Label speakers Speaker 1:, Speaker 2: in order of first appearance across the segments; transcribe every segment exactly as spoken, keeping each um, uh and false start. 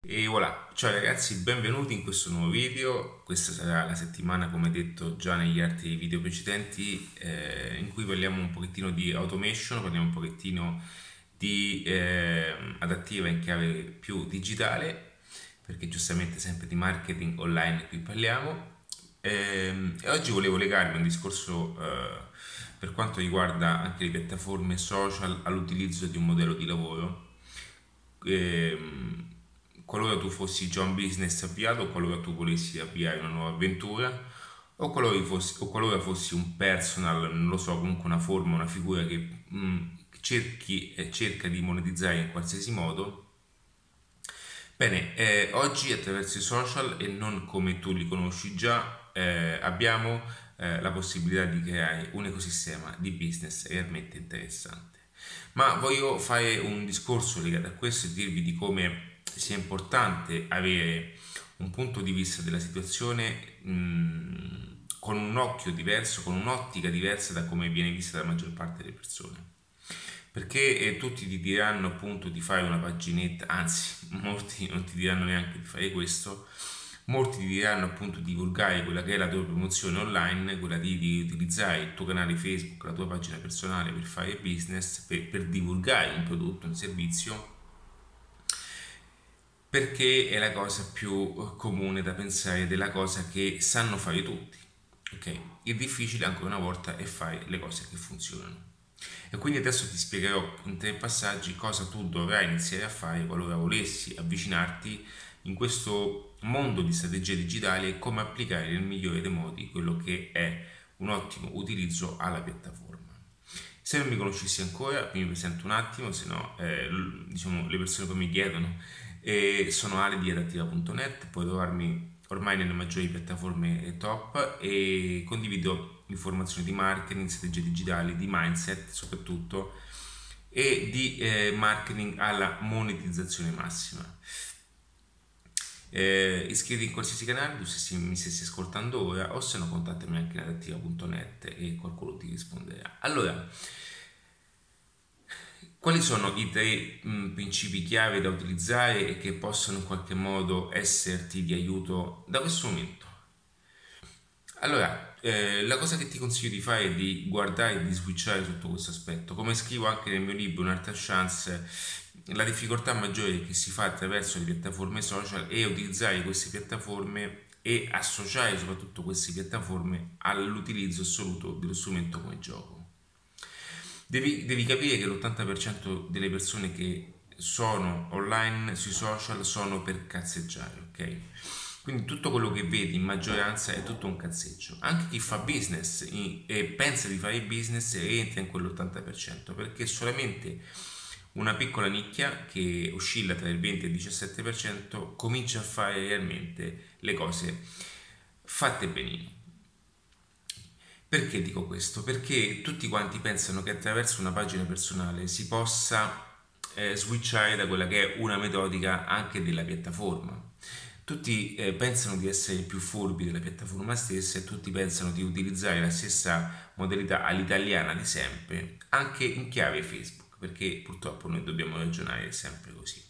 Speaker 1: E voilà, ciao ragazzi, benvenuti in questo nuovo video. Questa sarà la settimana, come detto già negli altri video precedenti, eh, in cui parliamo un pochettino di automation, parliamo un pochettino di eh, adattiva in chiave più digitale, perché giustamente sempre di marketing online qui parliamo. Ehm, E oggi volevo legarmi a un discorso eh, per quanto riguarda anche le piattaforme social all'utilizzo di un modello di lavoro. Ehm, Qualora tu fossi già un business avviato, o qualora tu volessi avviare una nuova avventura, o qualora fossi, o qualora fossi un personal, non lo so, comunque una forma, una figura che mm, cerchi e cerca di monetizzare in qualsiasi modo. Bene, eh, oggi attraverso i social e non come tu li conosci già, eh, abbiamo eh, la possibilità di creare un ecosistema di business realmente interessante. Ma voglio fare un discorso legato a questo e dirvi di come sia importante avere un punto di vista della situazione mh, con un occhio diverso, con un'ottica diversa da come viene vista dalla maggior parte delle persone. Perché eh, tutti ti diranno appunto di fare una paginetta, anzi, molti non ti diranno neanche di fare questo, molti ti diranno appunto di divulgare quella che è la tua promozione online, quella di, di utilizzare il tuo canale Facebook, la tua pagina personale per fare business, per, per divulgare un prodotto, un servizio, perché è la cosa più eh, comune da pensare della cosa che sanno fare tutti. Ok? Il difficile ancora una volta è fare le cose che funzionano. E quindi adesso ti spiegherò in tre passaggi cosa tu dovrai iniziare a fare qualora volessi avvicinarti in questo mondo di strategie digitali e come applicare nel migliore dei modi quello che è un ottimo utilizzo alla piattaforma. Se non mi conoscessi ancora, mi presento un attimo, se no eh, diciamo, le persone poi mi chiedono. E sono Ale di adattiva punto net, puoi trovarmi ormai nelle maggiori piattaforme top e condivido informazioni di marketing, strategie digitali, di mindset soprattutto e di eh, marketing alla monetizzazione massima. Eh, iscriviti in qualsiasi canale, tu se mi stessi ascoltando ora o se no contattami anche in adattiva punto net e qualcuno ti risponderà. Allora, quali sono i tre mh, principi chiave da utilizzare e che possono in qualche modo esserti di aiuto da questo momento? Allora, eh, la cosa che ti consiglio di fare è di guardare e di switchare sotto questo aspetto. Come scrivo anche nel mio libro Un'altra chance, la difficoltà maggiore che si fa attraverso le piattaforme social è utilizzare queste piattaforme e associare soprattutto queste piattaforme all'utilizzo assoluto dello strumento come gioco. Devi, devi capire che l'ottanta per cento delle persone che sono online sui social sono per cazzeggiare, ok? Quindi tutto quello che vedi in maggioranza è tutto un cazzeggio. Anche chi fa business e pensa di fare business rientra in quell'ottanta per cento perché solamente una piccola nicchia che oscilla tra il venti e il diciassette per cento comincia a fare realmente le cose fatte benino. Perché dico questo? Perché tutti quanti pensano che attraverso una pagina personale si possa eh, switchare da quella che è una metodica anche della piattaforma. Tutti eh, pensano di essere più furbi della piattaforma stessa e tutti pensano di utilizzare la stessa modalità all'italiana di sempre, anche in chiave Facebook, perché purtroppo noi dobbiamo ragionare sempre così.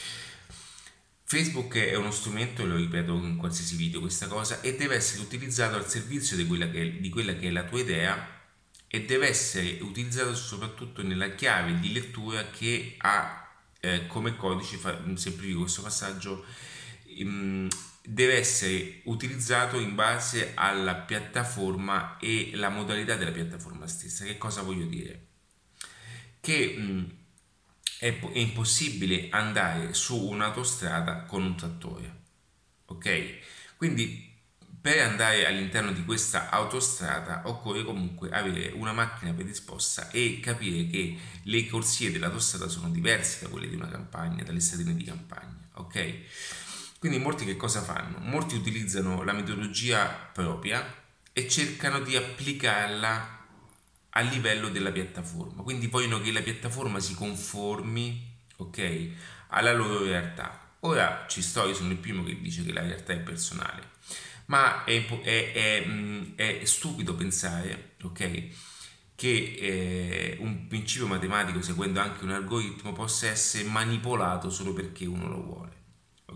Speaker 1: Facebook è uno strumento, e lo ripeto in qualsiasi video questa cosa, e deve essere utilizzato al servizio di quella che è, di quella che è la tua idea e deve essere utilizzato soprattutto nella chiave di lettura che ha eh, come codice, fa, semplifico questo passaggio, ehm, deve essere utilizzato in base alla piattaforma e la modalità della piattaforma stessa. Che cosa voglio dire? Che mh, è, è impossibile andare su un'autostrada con un trattore, ok? Quindi per andare all'interno di questa autostrada occorre comunque avere una macchina predisposta e capire che le corsie dell'autostrada sono diverse da quelle di una campagna, dalle stradine di campagna, ok? Quindi molti che cosa fanno? Molti utilizzano la metodologia propria e cercano di applicarla a livello della piattaforma, quindi vogliono che la piattaforma si conformi, ok, alla loro realtà. Ora ci sto, io sono il primo che dice che la realtà è personale, ma è, è, è, è stupido pensare, ok, che eh, un principio matematico seguendo anche un algoritmo possa essere manipolato solo perché uno lo vuole.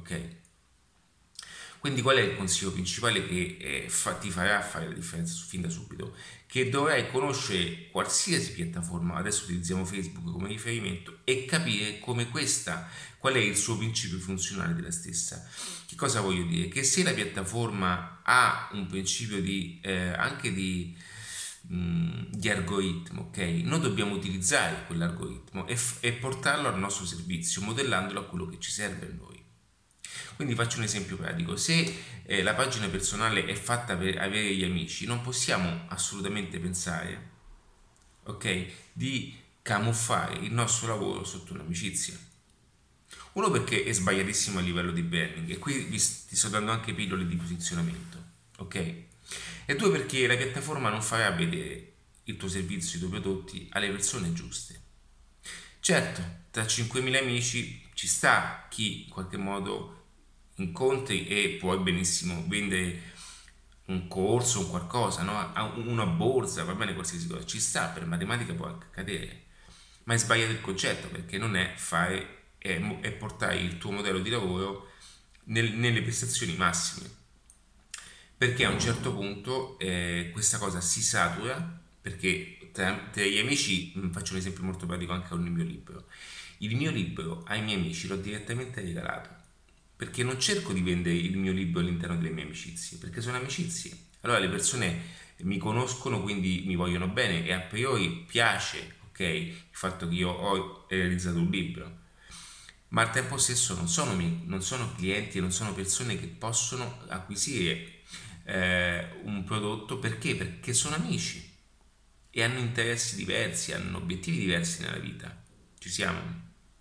Speaker 1: ok? Quindi qual è il consiglio principale che eh, fa, ti farà fare la differenza su, fin da subito? Che dovrai conoscere qualsiasi piattaforma, adesso utilizziamo Facebook come riferimento, e capire come questa, qual è il suo principio funzionale della stessa. Che cosa voglio dire? Che se la piattaforma ha un principio di, eh, anche di, mh, di algoritmo, ok? Noi dobbiamo utilizzare quell'algoritmo e, f- e portarlo al nostro servizio, modellandolo a quello che ci serve a noi. Quindi faccio un esempio pratico: se eh, la pagina personale è fatta per avere gli amici, non possiamo assolutamente pensare, ok, di camuffare il nostro lavoro sotto un'amicizia. Uno, perché è sbagliatissimo a livello di branding, e qui vi ti sto dando anche pillole di posizionamento, ok? E due, perché la piattaforma non farà vedere il tuo servizio, i tuoi prodotti alle persone giuste. Certo, tra cinquemila amici ci sta chi in qualche modo incontri e puoi benissimo vendere un corso, un qualcosa, no? Una borsa, va bene, qualsiasi cosa, ci sta, per matematica può anche accadere, ma è sbagliato il concetto, perché non è fare, è, è portare il tuo modello di lavoro nel, nelle prestazioni massime, perché a un certo punto eh, questa cosa si satura, perché tra, tra gli amici, faccio un esempio molto pratico anche con il mio libro. Il mio libro ai miei amici l'ho direttamente regalato, perché non cerco di vendere il mio libro all'interno delle mie amicizie, perché sono amicizie. Allora le persone mi conoscono, quindi mi vogliono bene, e a priori piace, ok, il fatto che io ho realizzato un libro, ma al tempo stesso non sono, non sono clienti, non sono persone che possono acquisire eh, un prodotto. Perché? Perché sono amici e hanno interessi diversi, hanno obiettivi diversi nella vita. Ci siamo?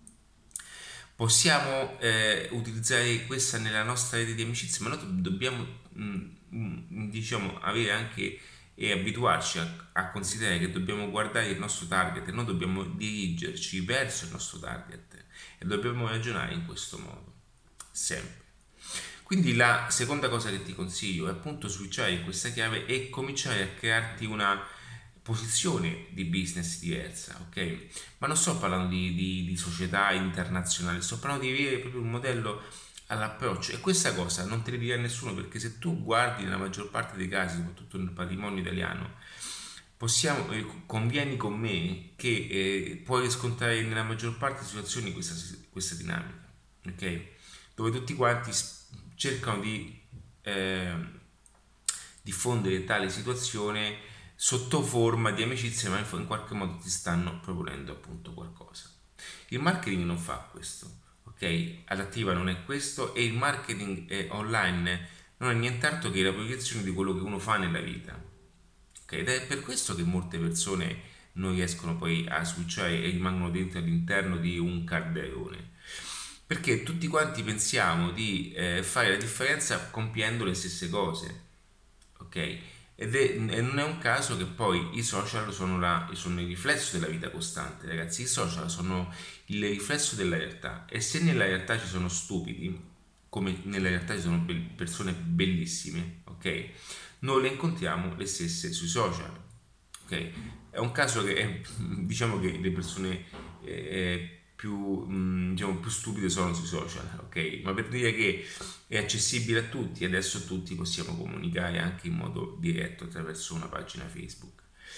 Speaker 1: Possiamo eh, utilizzare questa nella nostra rete di amicizia, ma noi dobbiamo mh, mh, diciamo avere anche e abituarci a, a considerare che dobbiamo guardare il nostro target, e noi dobbiamo dirigerci verso il nostro target, e dobbiamo ragionare in questo modo sempre. Quindi la seconda cosa che ti consiglio è appunto switchare in questa chiave e cominciare a crearti una posizione di business diversa, ok? Ma non sto parlando di, di, di società internazionali, sto parlando di avere proprio un modello all'approccio, e questa cosa non te la dirà nessuno, perché se tu guardi nella maggior parte dei casi, soprattutto nel patrimonio italiano, possiamo, eh, convieni con me che eh, puoi riscontrare nella maggior parte delle situazioni questa, questa dinamica, ok? Dove tutti quanti cercano di eh, diffondere tale situazione sotto forma di amicizia, ma in qualche modo ti stanno proponendo appunto qualcosa. Il marketing non fa questo, ok? Adattiva non è questo, e il marketing eh, online non è nient'altro che la proiezione di quello che uno fa nella vita, ok? Ed è per questo che molte persone non riescono poi a switchare e rimangono dentro all'interno di un calderone, perché tutti quanti pensiamo di eh, fare la differenza compiendo le stesse cose, ok? Ed è, e non è un caso che poi i social sono, la, sono il riflesso della vita costante, ragazzi. I social sono il riflesso della realtà, e se nella realtà ci sono stupidi, come nella realtà ci sono be- persone bellissime, ok? Noi le incontriamo le stesse sui social, ok? È un caso che è, diciamo che le persone eh, più, mh, diciamo, più stupide sono sui social, ok? Ma per dire che è accessibile a tutti, e adesso tutti possiamo comunicare anche in modo diretto attraverso una pagina Facebook.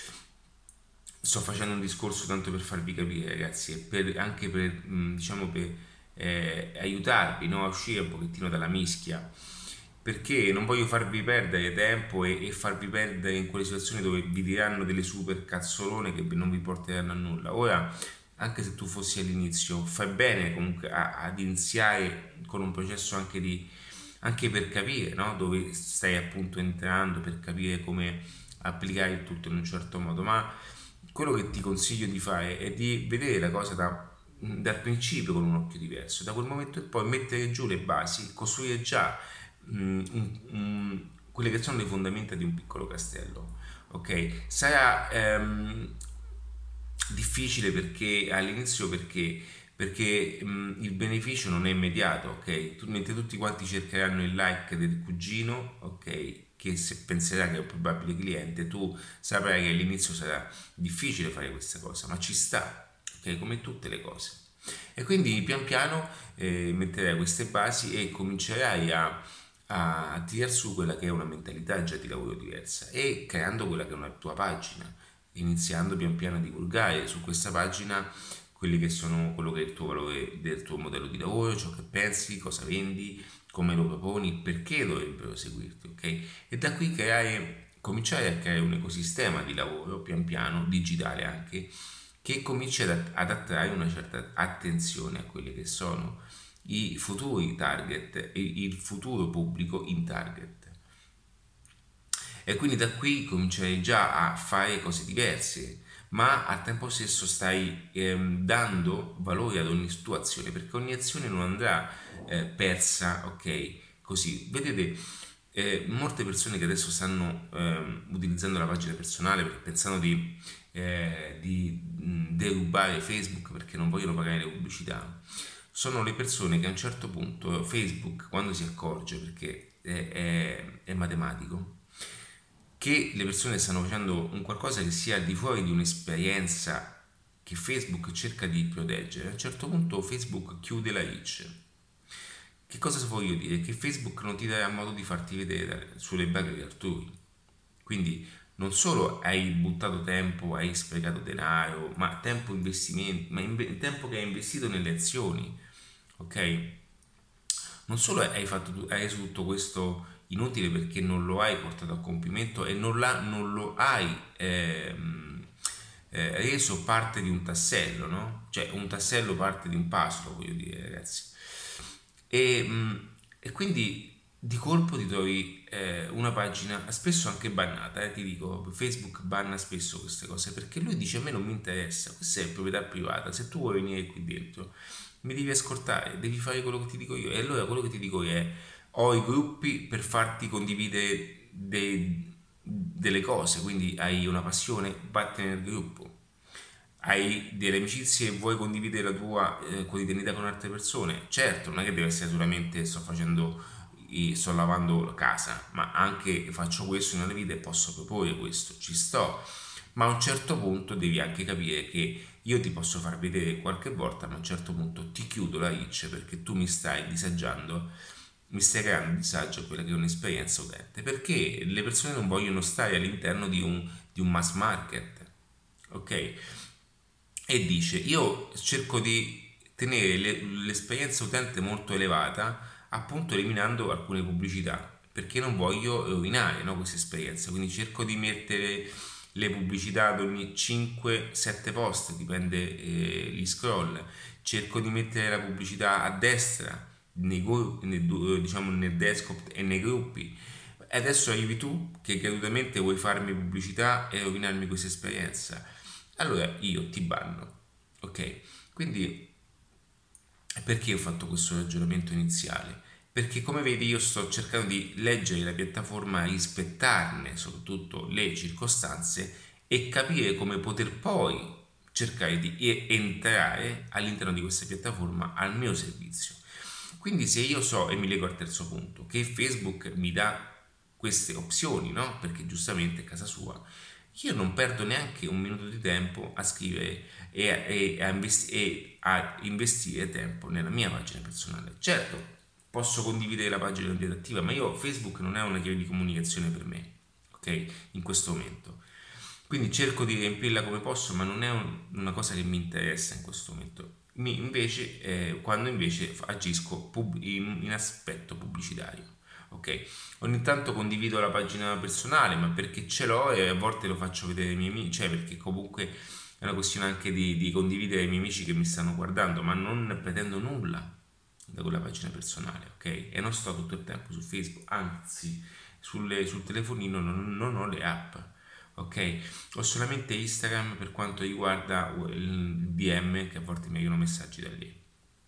Speaker 1: Sto facendo un discorso tanto per farvi capire, ragazzi, e per, anche per, mh, diciamo, per eh, aiutarvi, no, a uscire un pochettino dalla mischia, perché non voglio farvi perdere tempo e, e farvi perdere in quelle situazioni dove vi diranno delle super cazzolone che non vi porteranno a nulla. Ora, anche se tu fossi all'inizio, fai bene comunque a, ad iniziare con un processo anche di anche per capire, no, dove stai appunto entrando, per capire come applicare il tutto in un certo modo. Ma quello che ti consiglio di fare è di vedere la cosa da, dal principio con un occhio diverso, da quel momento in poi mettere giù le basi, costruire già mh, un, un, quelle che sono le fondamenta di un piccolo castello, ok? Sarà ehm, difficile perché all'inizio, perché perché mh, il beneficio non è immediato, ok? Tu, mentre tutti quanti cercheranno il like del cugino, ok? Che se penserà che è un probabile cliente, tu saprai che all'inizio sarà difficile fare questa cosa, ma ci sta, ok? Come tutte le cose. E quindi pian piano eh, metterai queste basi e comincerai a, a tirare su quella che è una mentalità già di lavoro diversa e creando quella che è una tua pagina, iniziando pian piano a divulgare su questa pagina quelli che sono quello che è il tuo valore del tuo modello di lavoro, ciò che pensi, cosa vendi, come lo proponi, perché dovrebbero seguirti, ok? E da qui creare, cominciare a creare un ecosistema di lavoro pian piano, digitale anche, che cominci ad, ad attrarre una certa attenzione a quelli che sono i futuri target e il futuro pubblico in target. E quindi da qui comincerai già a fare cose diverse, ma al tempo stesso stai ehm, dando valore ad ogni tua azione, perché ogni azione non andrà eh, persa, ok? Così, vedete, eh, molte persone che adesso stanno ehm, utilizzando la pagina personale perché pensano di, eh, di mh, derubare Facebook perché non vogliono pagare le pubblicità, sono le persone che a un certo punto Facebook, quando si accorge, perché è, è, è matematico, che le persone stanno facendo un qualcosa che sia al di fuori di un'esperienza che Facebook cerca di proteggere, a un certo punto Facebook chiude la reach. Che cosa voglio dire? Che Facebook non ti darà modo di farti vedere sulle baghe altrui. Quindi non solo hai buttato tempo, hai sprecato denaro, ma tempo investimento, ma inve- tempo che hai investito nelle azioni, ok? Non solo hai fatto hai reso tutto questo inutile perché non lo hai portato a compimento e non, l'ha, non lo hai ehm, eh, reso parte di un tassello, no? Cioè un tassello parte di un puzzle, voglio dire, ragazzi. E, mh, e quindi di colpo ti trovi eh, una pagina spesso anche bannata, eh, ti dico, Facebook banna spesso queste cose perché lui dice a me non mi interessa, questa è proprietà privata, se tu vuoi venire qui dentro mi devi ascoltare, devi fare quello che ti dico io. E allora quello che ti dico io è ho i gruppi per farti condividere dei, delle cose, quindi hai una passione, vattene nel gruppo. Hai delle amicizie e vuoi condividere la tua eh, quotidianità con altre persone? Certo, non è che deve essere solamente sto facendo, sto lavando casa, ma anche faccio questo nella vita e posso proporre questo, ci sto. Ma a un certo punto devi anche capire che io ti posso far vedere qualche volta, ma a un certo punto ti chiudo la riccia perché tu mi stai disagiando, mi stai creando disagio a quella che è un'esperienza utente, perché le persone non vogliono stare all'interno di un, di un mass market, ok? E dice, io cerco di tenere le- l'esperienza utente molto elevata, appunto eliminando alcune pubblicità, perché non voglio rovinare, no, questa esperienza, quindi cerco di mettere le pubblicità ad ogni cinque sette post, dipende eh, gli scroll, cerco di mettere la pubblicità a destra, nei, nei, diciamo nel desktop e nei gruppi. E adesso arrivi tu che gratuitamente vuoi farmi pubblicità e rovinarmi questa esperienza. Allora io ti banno, ok? Quindi perché ho fatto questo ragionamento iniziale? Perché come vedi io sto cercando di leggere la piattaforma, rispettarne soprattutto le circostanze e capire come poter poi cercare di entrare all'interno di questa piattaforma al mio servizio. Quindi se io so, e mi lego al terzo punto, che Facebook mi dà queste opzioni, no? Perché giustamente è casa sua, io non perdo neanche un minuto di tempo a scrivere e a, e a investi- e a investire tempo nella mia pagina personale. Certo, posso condividere la pagina interattiva, ma io Facebook non è una chiave di comunicazione per me, ok? In questo momento. Quindi cerco di riempirla come posso, ma non è un- una cosa che mi interessa in questo momento. Mi, invece, eh, quando invece agisco pub- in, in aspetto pubblicitario. Ok, ogni tanto condivido la pagina personale, ma perché ce l'ho e a volte lo faccio vedere ai miei amici, cioè perché comunque è una questione anche di, di condividere ai miei amici che mi stanno guardando, ma non pretendo nulla da quella pagina personale, ok? E non sto tutto il tempo su Facebook, anzi, sulle- sul telefonino non, non ho le app, ok? Ho solamente Instagram per quanto riguarda il D M, che a volte mi arrivano messaggi da lì.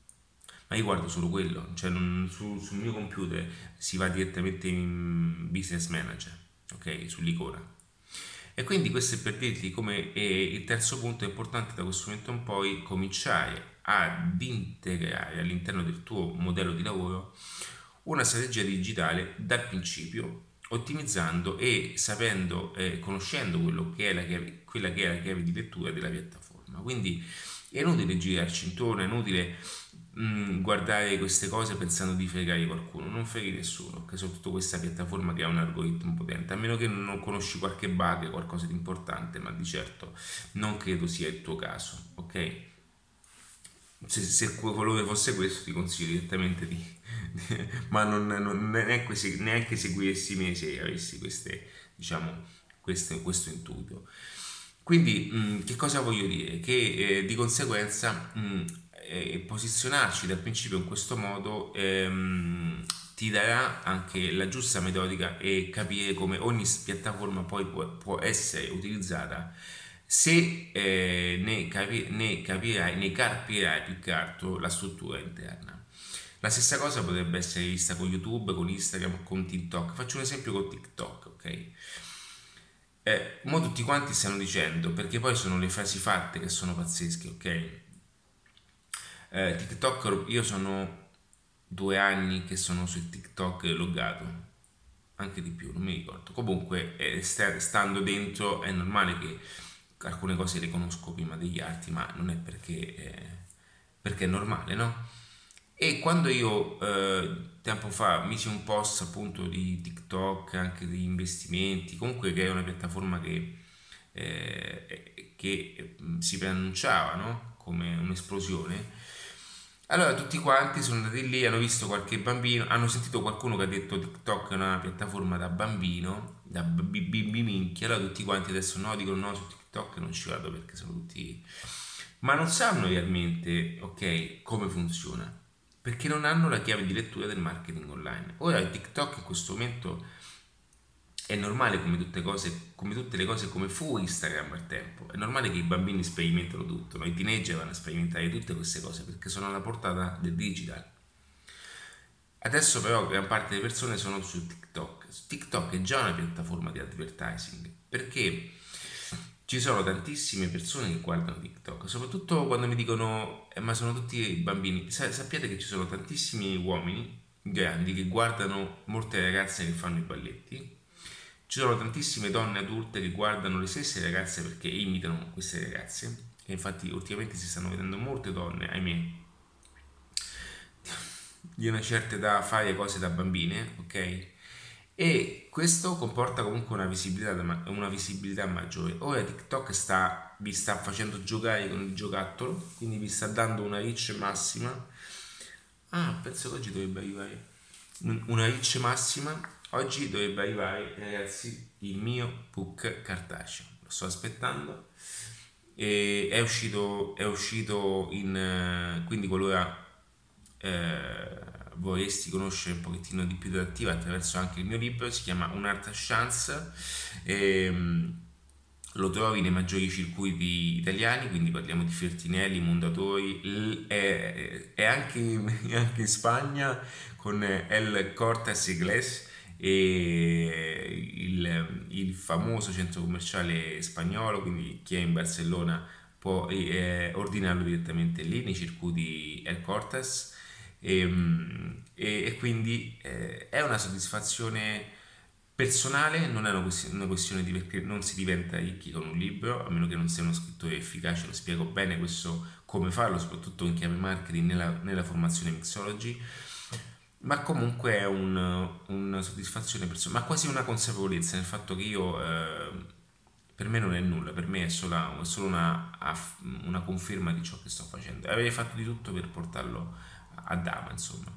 Speaker 1: Ma io guardo solo quello, cioè non- su- sul mio computer si va direttamente in Business Manager, ok? Sull'icona. E quindi questo è per dirti come eh, il terzo punto è importante da questo momento in poi cominciare ad integrare all'interno del tuo modello di lavoro una strategia digitale dal principio, ottimizzando e sapendo, eh, conoscendo quello che è la chiave, quella che è la chiave di lettura della piattaforma. Quindi È inutile girarci intorno, è inutile mh, guardare queste cose pensando di fregare qualcuno, non freghi nessuno, che soprattutto questa piattaforma che ha un algoritmo potente, a meno che non conosci qualche bug, qualcosa di importante, ma di certo non credo sia il tuo caso, ok? Se, se qualora fosse questo ti consiglio direttamente di, di ma non, non neanche, se, neanche seguirsi me se avessi queste, diciamo, queste, questo intuito. Quindi mh, che cosa voglio dire? Che eh, di conseguenza mh, eh, posizionarci dal principio in questo modo ehm, ti darà anche la giusta metodica e capire come ogni piattaforma poi può, può essere utilizzata se eh, ne, capi- ne capirai, ne capirai più che altro la struttura interna. La stessa cosa potrebbe essere vista con YouTube, con Instagram, con TikTok. Faccio un esempio con TikTok, ok? Eh, mo tutti quanti stanno dicendo, perché poi sono le frasi fatte che sono pazzesche, ok? Eh, TikTok, io sono due anni che sono su TikTok loggato, anche di più, non mi ricordo. Comunque, eh, sta- stando dentro è normale che alcune cose le conosco prima degli altri, ma non è perché, eh, perché è normale, no? E quando io eh, tempo fa misi un post appunto di TikTok, anche di investimenti, comunque che è una piattaforma che, eh, che mm, si preannunciava, no? Come un'esplosione, allora tutti quanti sono andati lì, hanno visto qualche bambino, hanno sentito qualcuno che ha detto TikTok è una piattaforma da bambino, da bimbi minchia, allora tutti quanti adesso no, dicono no, su TikTok non ci vado perché sono tutti... Ma non sanno realmente, ok, come funziona, perché non hanno la chiave di lettura del marketing online. Ora TikTok in questo momento è normale come tutte, cose, come tutte le cose, come fu Instagram al tempo, è normale che i bambini sperimentano tutto, no? I teenager vanno a sperimentare tutte queste cose perché sono alla portata del digital. Adesso però gran parte delle persone sono su TikTok. TikTok è già una piattaforma di advertising perché ci sono tantissime persone che guardano TikTok, soprattutto quando mi dicono eh, ma sono tutti bambini. Sa- sappiate che ci sono tantissimi uomini grandi che guardano molte ragazze che fanno i balletti. Ci sono tantissime donne adulte che guardano le stesse ragazze perché imitano queste ragazze. E infatti ultimamente si stanno vedendo molte donne, ahimè, di una certa età fare cose da bambine, ok? E questo comporta comunque una visibilità, una visibilità maggiore. Ora TikTok sta, vi sta facendo giocare con il giocattolo, quindi vi sta dando una reach massima. Ah, penso che oggi dovrebbe arrivare una reach massima. Oggi dovrebbe arrivare, ragazzi, il mio book cartaceo. Lo sto aspettando. E è uscito, è uscito in... eh, quindi qualora eh, vorresti conoscere un pochettino di più dell'attiva attraverso anche il mio libro, si chiama Un'altra chance, ehm, lo trovi nei maggiori circuiti italiani, quindi parliamo di Fertinelli, Mondadori, l- è, è anche, è anche in Spagna con El Corte Inglés e il, il famoso centro commerciale spagnolo, quindi chi è in Barcellona può eh, ordinarlo direttamente lì nei circuiti El Cortes e, e, e quindi eh, è una soddisfazione personale, non è una questione, una questione di perché non si diventa ricchi con un libro, a meno che non sia uno scrittore efficace, lo spiego bene questo come farlo, soprattutto in chiave marketing nella, nella formazione Mixology, ma comunque è un, una soddisfazione personale, ma quasi una consapevolezza nel fatto che io, eh, per me non è nulla, per me è solo, è solo una, una conferma di ciò che sto facendo. E avrei fatto di tutto per portarlo a Dama, insomma.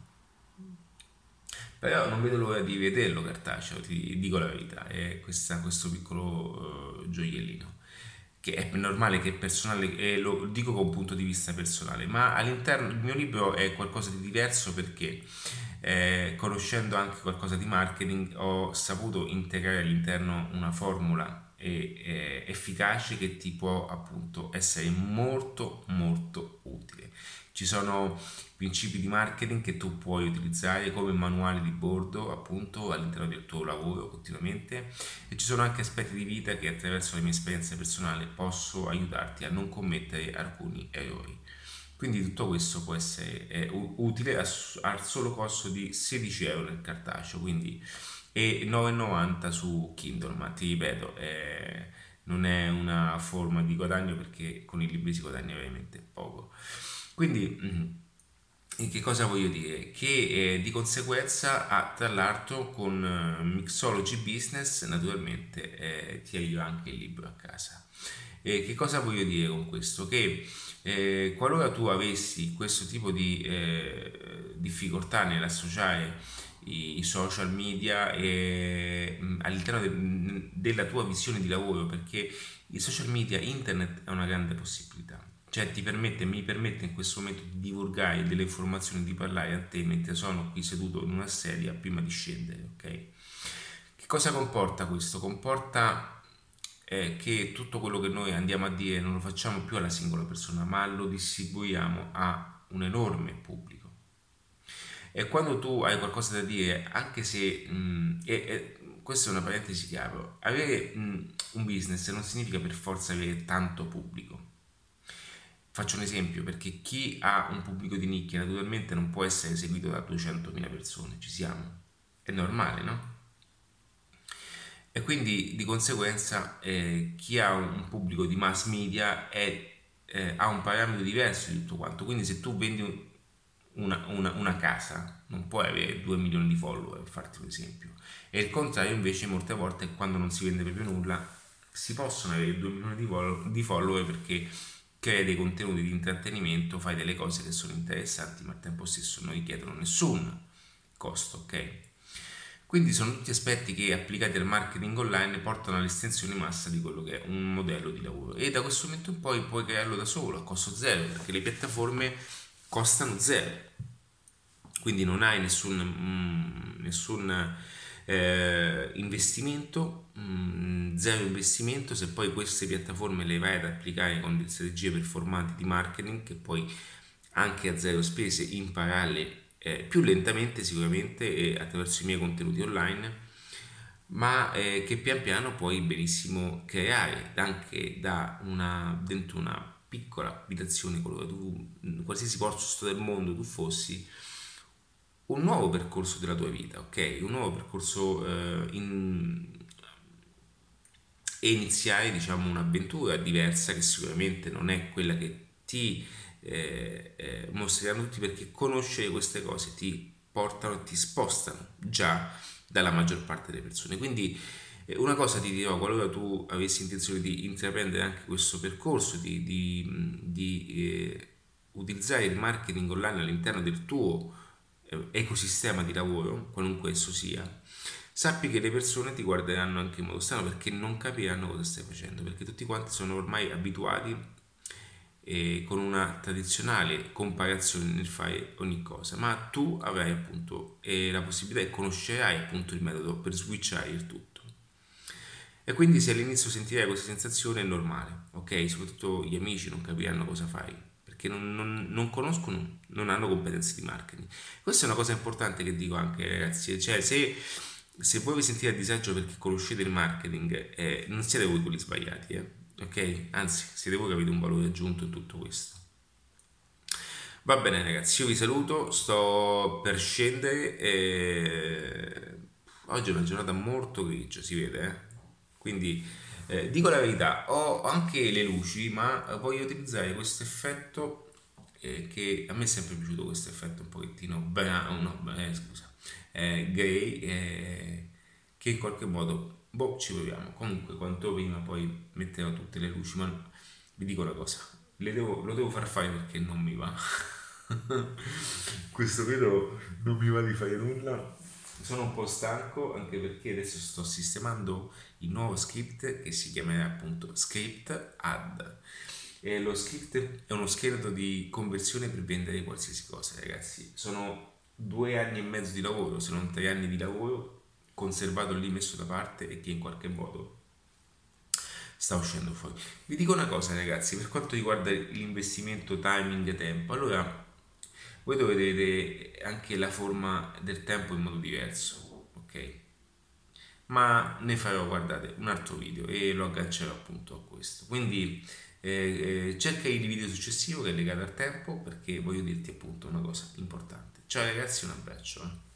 Speaker 1: Però non vedo l'ora di vederlo cartaceo, ti dico la verità, è questa, questo piccolo uh, gioiellino che è normale che è personale e lo dico con un punto di vista personale, ma all'interno il mio libro è qualcosa di diverso perché eh, conoscendo anche qualcosa di marketing ho saputo integrare all'interno una formula e, eh, efficace che ti può appunto essere molto molto utile. Ci sono principi di marketing che tu puoi utilizzare come manuale di bordo appunto all'interno del tuo lavoro continuamente e ci sono anche aspetti di vita che attraverso le mie esperienze personali posso aiutarti a non commettere alcuni errori. Quindi tutto questo può essere eh, utile al solo costo di sedici euro nel cartaceo, quindi e nove e novanta su Kindle, ma ti ripeto, è, non è una forma di guadagno, perché con i libri si guadagna veramente poco. Quindi che cosa voglio dire? Che eh, di conseguenza, ah, tra l'altro, con eh, Mixology Business naturalmente eh, ti arriva anche il libro a casa. E che cosa voglio dire con questo? Che eh, qualora tu avessi questo tipo di eh, difficoltà nell'associare i, i social media e, mh, all'interno de- della tua visione di lavoro, perché i social media, internet è una grande possibilità, cioè ti permette, mi permette in questo momento di divulgare delle informazioni, di parlare a te mentre sono qui seduto in una sedia prima di scendere, ok? Che cosa comporta questo? Comporta eh, che tutto quello che noi andiamo a dire non lo facciamo più alla singola persona, ma lo distribuiamo a un enorme pubblico. E quando tu hai qualcosa da dire, anche se, mh, e, e, questa è una parentesi chiaro, avere mh, un business non significa per forza avere tanto pubblico. Faccio un esempio, perché chi ha un pubblico di nicchia naturalmente non può essere seguito da duecentomila persone, ci siamo, è normale, no? E quindi di conseguenza eh, chi ha un pubblico di mass media è, eh, ha un parametro diverso di tutto quanto. Quindi se tu vendi una, una, una casa non puoi avere due milioni di follower, per farti un esempio. E il contrario invece molte volte, quando non si vende proprio nulla, si possono avere due milioni di, follow, di follower, perché crei dei contenuti di intrattenimento, fai delle cose che sono interessanti ma al tempo stesso non richiedono nessun costo, ok? Quindi sono tutti aspetti che, applicati al marketing online, portano all'estensione massa di quello che è un modello di lavoro, e da questo momento in poi puoi crearlo da solo a costo zero, perché le piattaforme costano zero, quindi non hai nessun, mm, nessun eh, investimento, mm, zero investimento. Se poi queste piattaforme le vai ad applicare con delle strategie performanti di marketing, che poi anche a zero spese impararle eh, più lentamente sicuramente, eh, attraverso i miei contenuti online, ma eh, che pian piano puoi benissimo creare anche da una, dentro una piccola abitazione, qualora tu, in qualsiasi posto del mondo tu fossi, un nuovo percorso della tua vita, ok? Un nuovo percorso eh, in, e iniziare, diciamo, un'avventura diversa, che sicuramente non è quella che ti eh, eh, mostreranno tutti, perché conoscere queste cose ti portano, ti spostano già dalla maggior parte delle persone. Quindi eh, una cosa ti dirò: qualora tu avessi intenzione di intraprendere anche questo percorso, di, di, di eh, utilizzare il marketing online all'interno del tuo eh, ecosistema di lavoro, qualunque esso sia, sappi che le persone ti guarderanno anche in modo strano, perché non capiranno cosa stai facendo, perché tutti quanti sono ormai abituati eh, con una tradizionale comparazione nel fare ogni cosa, ma tu avrai appunto eh, la possibilità e conoscerai appunto il metodo per switchare il tutto. E quindi se all'inizio sentirai questa sensazione è normale, ok? Soprattutto gli amici non capiranno cosa fai, perché non, non, non conoscono, non hanno competenze di marketing. Questa è una cosa importante che dico anche, ragazzi, cioè se, se voi vi sentite a disagio perché conoscete il marketing, eh, non siete voi quelli sbagliati, eh? Ok? Anzi, siete voi che avete un valore aggiunto in tutto questo. Va bene ragazzi, io vi saluto, sto per scendere e... oggi è una giornata molto grigia, si vede, eh? Quindi eh, dico la verità, ho anche le luci, ma voglio utilizzare questo effetto eh, che a me è sempre piaciuto, questo effetto un pochettino brown, no, eh, scusa, eh, grey, eh, che in qualche modo, boh, ci proviamo. Comunque quanto prima poi metterò tutte le luci, ma vi dico una cosa, le devo, lo devo far fare perché non mi va. Questo periodo non mi va di fare nulla. Sono un po' stanco, anche perché adesso sto sistemando il nuovo script che si chiamerà appunto Script Add. E lo script è uno scheletro di conversione per vendere qualsiasi cosa, ragazzi. Sono due anni e mezzo di lavoro, se non tre anni di lavoro, conservato lì, messo da parte, e che in qualche modo sta uscendo fuori. Vi dico una cosa, ragazzi, per quanto riguarda l'investimento, timing e tempo, allora voi dovete vedere anche la forma del tempo in modo diverso, ok? Ma ne farò, guardate, un altro video e lo aggancerò appunto a questo. Quindi eh, eh, cerca il video successivo che è legato al tempo, perché voglio dirti appunto una cosa importante. Ciao ragazzi, un abbraccio. Eh.